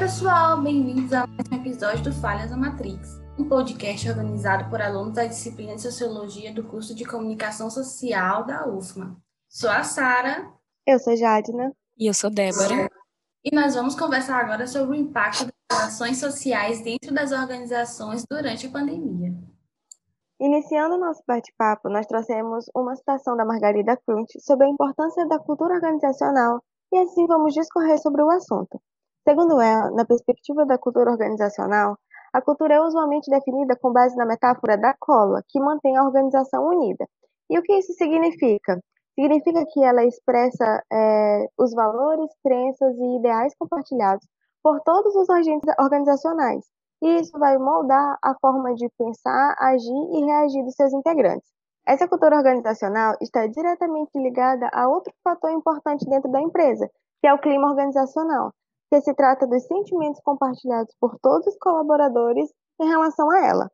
pessoal, bem-vindos a mais um episódio do Falhas na Matrix, um podcast organizado por alunos da disciplina de Sociologia do curso de Comunicação Social da UFMA. Sou a Sara. Eu sou Jadna. E eu sou Débora. E nós vamos conversar agora sobre o impacto das relações sociais dentro das organizações durante a pandemia. Iniciando o nosso bate-papo, nós trouxemos uma citação da Margarida Crunch sobre a importância da cultura organizacional e assim vamos discorrer sobre o assunto. Segundo ela, na perspectiva da cultura organizacional, a cultura é usualmente definida com base na metáfora da cola, que mantém a organização unida. E o que isso significa? Significa que ela expressa os valores, crenças e ideais compartilhados por todos os agentes organizacionais. E isso vai moldar a forma de pensar, agir e reagir dos seus integrantes. Essa cultura organizacional está diretamente ligada a outro fator importante dentro da empresa, que é o clima organizacional, que se trata dos sentimentos compartilhados por todos os colaboradores em relação a ela.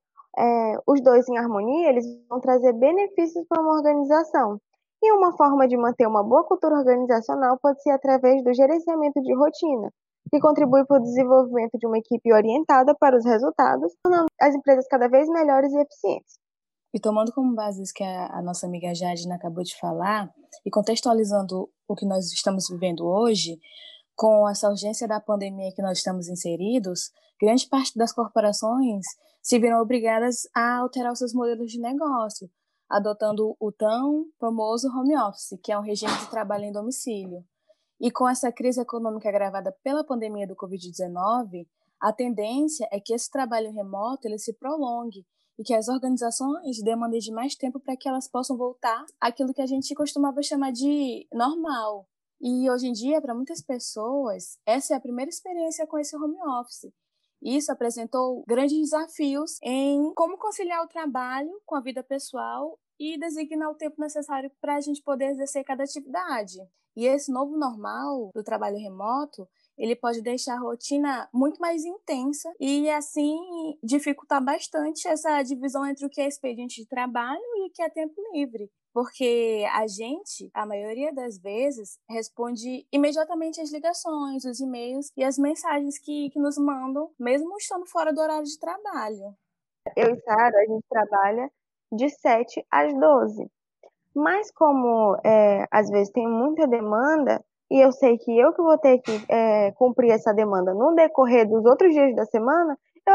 Os dois em harmonia, eles vão trazer benefícios para uma organização. E uma forma de manter uma boa cultura organizacional pode ser através do gerenciamento de rotina, que contribui para o desenvolvimento de uma equipe orientada para os resultados, tornando as empresas cada vez melhores e eficientes. E tomando como base isso que a nossa amiga Jadna acabou de falar, e contextualizando o que nós estamos vivendo hoje, com essa urgência da pandemia que nós estamos inseridos, grande parte das corporações se viram obrigadas a alterar os seus modelos de negócio, adotando o tão famoso home office, que é um regime de trabalho em domicílio. E com essa crise econômica agravada pela pandemia do Covid-19, a tendência é que esse trabalho remoto ele se prolongue e que as organizações demandem de mais tempo para que elas possam voltar àquilo que a gente costumava chamar de normal. E hoje em dia, para muitas pessoas, essa é a primeira experiência com esse home office. Isso apresentou grandes desafios em como conciliar o trabalho com a vida pessoal e designar o tempo necessário para a gente poder exercer cada atividade. E esse novo normal do trabalho remoto, ele pode deixar a rotina muito mais intensa e, assim, dificultar bastante essa divisão entre o que é expediente de trabalho e o que é tempo livre. Porque a maioria das vezes, responde imediatamente às ligações, os e-mails e as mensagens que nos mandam, mesmo estando fora do horário de trabalho. Eu e Sara, a gente trabalha de 7 às 12. Mas como às vezes tem muita demanda, e eu sei que eu que vou ter que cumprir essa demanda no decorrer dos outros dias da semana,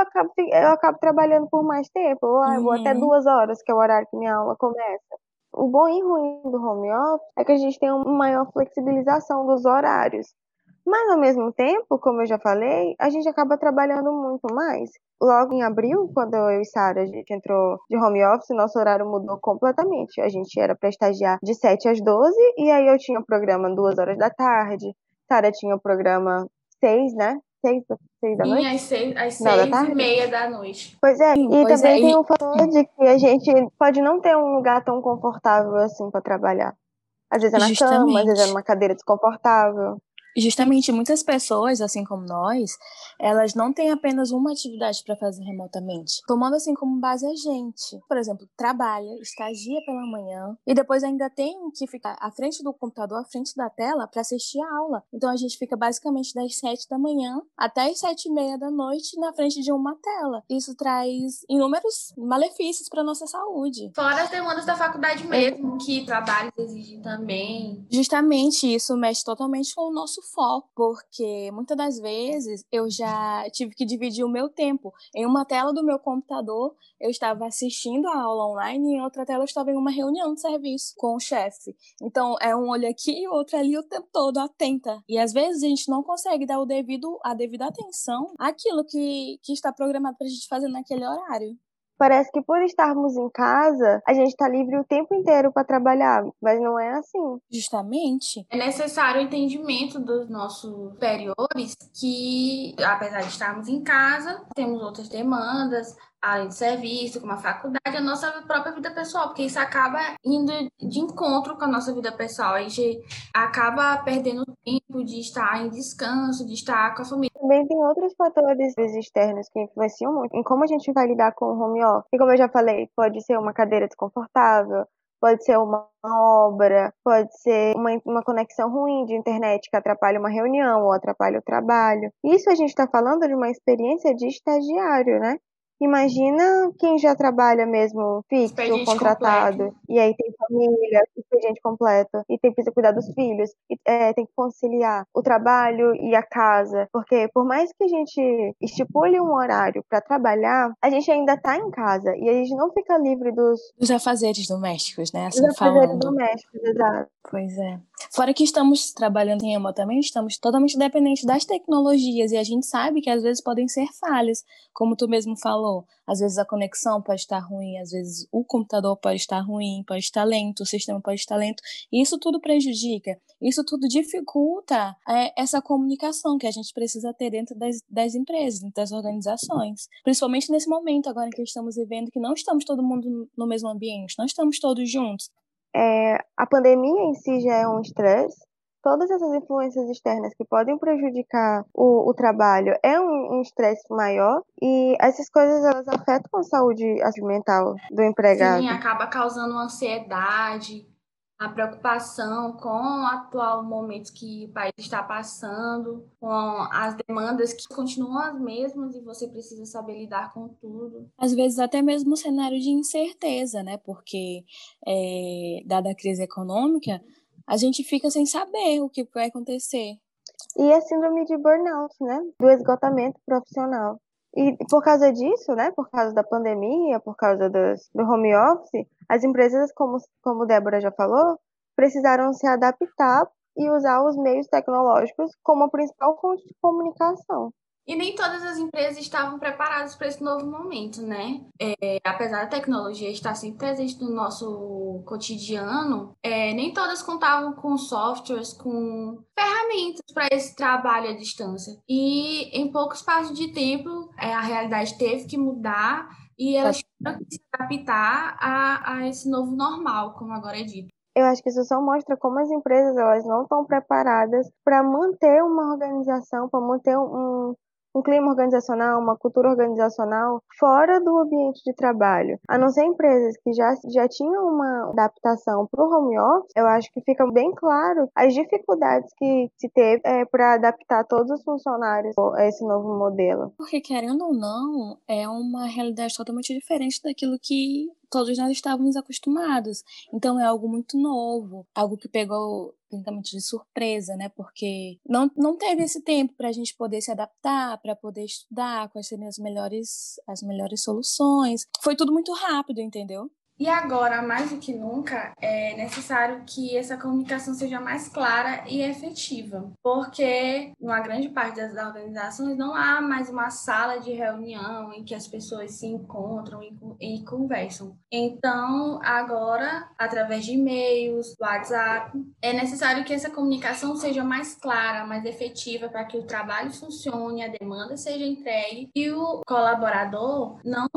eu acabo trabalhando por mais tempo. Eu vou até 2 horas, que é o horário que minha aula começa. O bom e ruim do home office é que a gente tem uma maior flexibilização dos horários. Mas, ao mesmo tempo, como eu já falei, a gente acaba trabalhando muito mais. Logo em abril, quando eu e Sara a gente entrou de home office, nosso horário mudou completamente. A gente era para estagiar de 7 às 12, e aí eu tinha o programa 2 horas da tarde, Sara tinha o programa 6, né? 6 da noite? Às 6h30 da noite. Pois é, também tem o fator de que a gente pode não ter um lugar tão confortável assim para trabalhar. Às vezes é na cama, às vezes é numa cadeira desconfortável. Justamente, muitas pessoas, assim como nós, elas não têm apenas uma atividade para fazer remotamente, tomando assim como base a gente. Por exemplo, trabalha, estagia pela manhã e depois ainda tem que ficar à frente do computador, à frente da tela para assistir a aula. Então a gente fica basicamente das 7 da manhã até as 7h30 da noite na frente de uma tela. Isso traz inúmeros malefícios para nossa saúde. Fora as demandas da faculdade mesmo, que trabalhos exigem também. Justamente, isso mexe totalmente com o nosso foco, porque muitas das vezes eu já tive que dividir o meu tempo. Em uma tela do meu computador, eu estava assistindo a aula online e em outra tela eu estava em uma reunião de serviço com o chefe. Então, é um olho aqui e outro ali o tempo todo, atenta. E às vezes a gente não consegue dar a devida atenção àquilo que está programado para a gente fazer naquele horário. Parece que por estarmos em casa, a gente está livre o tempo inteiro para trabalhar, mas não é assim. Justamente. É necessário o entendimento dos nossos superiores que, apesar de estarmos em casa, temos outras demandas, além de serviço, como a faculdade, a nossa própria vida pessoal, porque isso acaba indo de encontro com a nossa vida pessoal. A gente acaba perdendo tempo de estar em descanso, de estar com a família. Também tem outros fatores externos que influenciam muito em como a gente vai lidar com o home office. E como eu já falei, pode ser uma cadeira desconfortável, pode ser uma obra, pode ser uma conexão ruim de internet que atrapalha uma reunião ou atrapalha o trabalho. Isso a gente está falando de uma experiência de estagiário, né? Imagina quem já trabalha mesmo fixo, Expediente contratado, completo. e aí tem família, expediente completo, e precisa cuidar dos filhos, e tem que conciliar o trabalho e a casa, porque por mais que a gente estipule um horário para trabalhar, a gente ainda está em casa, e a gente não fica livre dos afazeres domésticos, né? Assim afazeres falando. domésticos, exato. Pois é. Fora que estamos trabalhando remotamente, estamos totalmente dependentes das tecnologias e a gente sabe que às vezes podem ser falhas, como tu mesmo falou. Às vezes a conexão pode estar ruim, às vezes o computador pode estar ruim, pode estar lento, o sistema pode estar lento. E isso tudo prejudica, isso tudo dificulta essa comunicação que a gente precisa ter dentro das empresas, dentro das organizações. Principalmente nesse momento agora que estamos vivendo, que não estamos todo mundo no mesmo ambiente, não estamos todos juntos. A pandemia em si já é um estresse. Todas essas influências externas que podem prejudicar o trabalho é um estresse maior e essas coisas elas afetam a saúde mental do empregado. Sim, acaba causando ansiedade, a preocupação com o atual momento que o país está passando, com as demandas que continuam as mesmas e você precisa saber lidar com tudo. Às vezes até mesmo um cenário de incerteza, né? Porque, dada a crise econômica, a gente fica sem saber o que vai acontecer. E a síndrome de burnout, né? Do esgotamento profissional. E por causa disso, né? Por causa da pandemia, por causa do home office, as empresas, como Débora já falou, precisaram se adaptar e usar os meios tecnológicos como a principal fonte de comunicação. E nem todas as empresas estavam preparadas para esse novo momento, né? Apesar da tecnologia estar sempre presente no nosso cotidiano, nem todas contavam com softwares, com ferramentas para esse trabalho à distância. E em pouco espaço de tempo, a realidade teve que mudar e elas tiveram que se adaptar a esse novo normal, como agora é dito. Eu acho que isso só mostra como as empresas elas não estão preparadas para manter uma organização, para manter um clima organizacional, uma cultura organizacional fora do ambiente de trabalho. A não ser empresas que já tinham uma adaptação para o home office, eu acho que fica bem claro as dificuldades que se teve para adaptar todos os funcionários a esse novo modelo. Porque, querendo ou não, é uma realidade totalmente diferente daquilo que todos nós estávamos acostumados. Então é algo muito novo, algo que pegou praticamente de surpresa, né? Porque não teve esse tempo para a gente poder se adaptar, para poder estudar quais seriam as melhores soluções. Foi tudo muito rápido, entendeu? E agora, mais do que nunca, é necessário que essa comunicação seja mais clara e efetiva, porque numa grande parte das organizações não há mais uma sala de reunião em que as pessoas se encontram e conversam. Então, agora, através de e-mails, WhatsApp, é necessário que essa comunicação seja mais clara, mais efetiva, para que o trabalho funcione, a demanda seja entregue e o colaborador não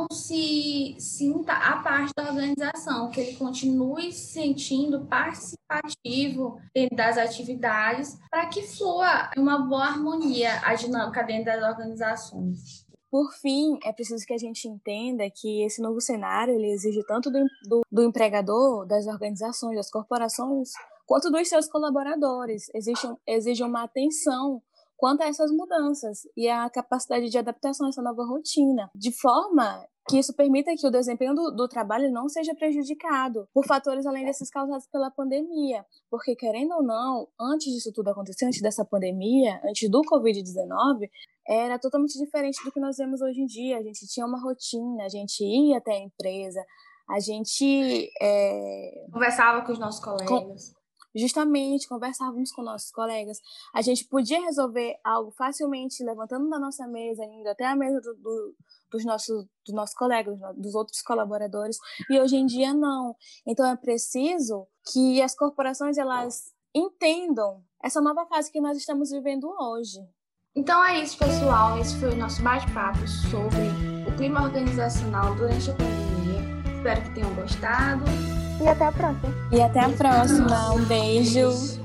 se sinta à parte da organização, que ele continue se sentindo participativo dentro das atividades para que flua uma boa harmonia a dinâmica dentro das organizações. Por fim, é preciso que a gente entenda que esse novo cenário ele exige tanto do empregador, das organizações, das corporações, quanto dos seus colaboradores. Exige uma atenção quanto a essas mudanças e a capacidade de adaptação a essa nova rotina, de forma que isso permita que o desempenho do trabalho não seja prejudicado por fatores além desses causados pela pandemia. Porque, querendo ou não, antes disso tudo acontecer, antes dessa pandemia, antes do Covid-19, era totalmente diferente do que nós vemos hoje em dia. A gente tinha uma rotina, a gente ia até a empresa, a gente conversava com os nossos colegas. Justamente, conversávamos com nossos colegas. A gente podia resolver algo facilmente levantando da nossa mesa, indo até a mesa dos nossos colegas, dos outros colaboradores, e hoje em dia não. Então é preciso que as corporações elas entendam essa nova fase que nós estamos vivendo hoje. Então é isso, pessoal. Esse foi o nosso bate-papo sobre o clima organizacional durante a pandemia. Espero que tenham gostado. E até a próxima. Um beijo.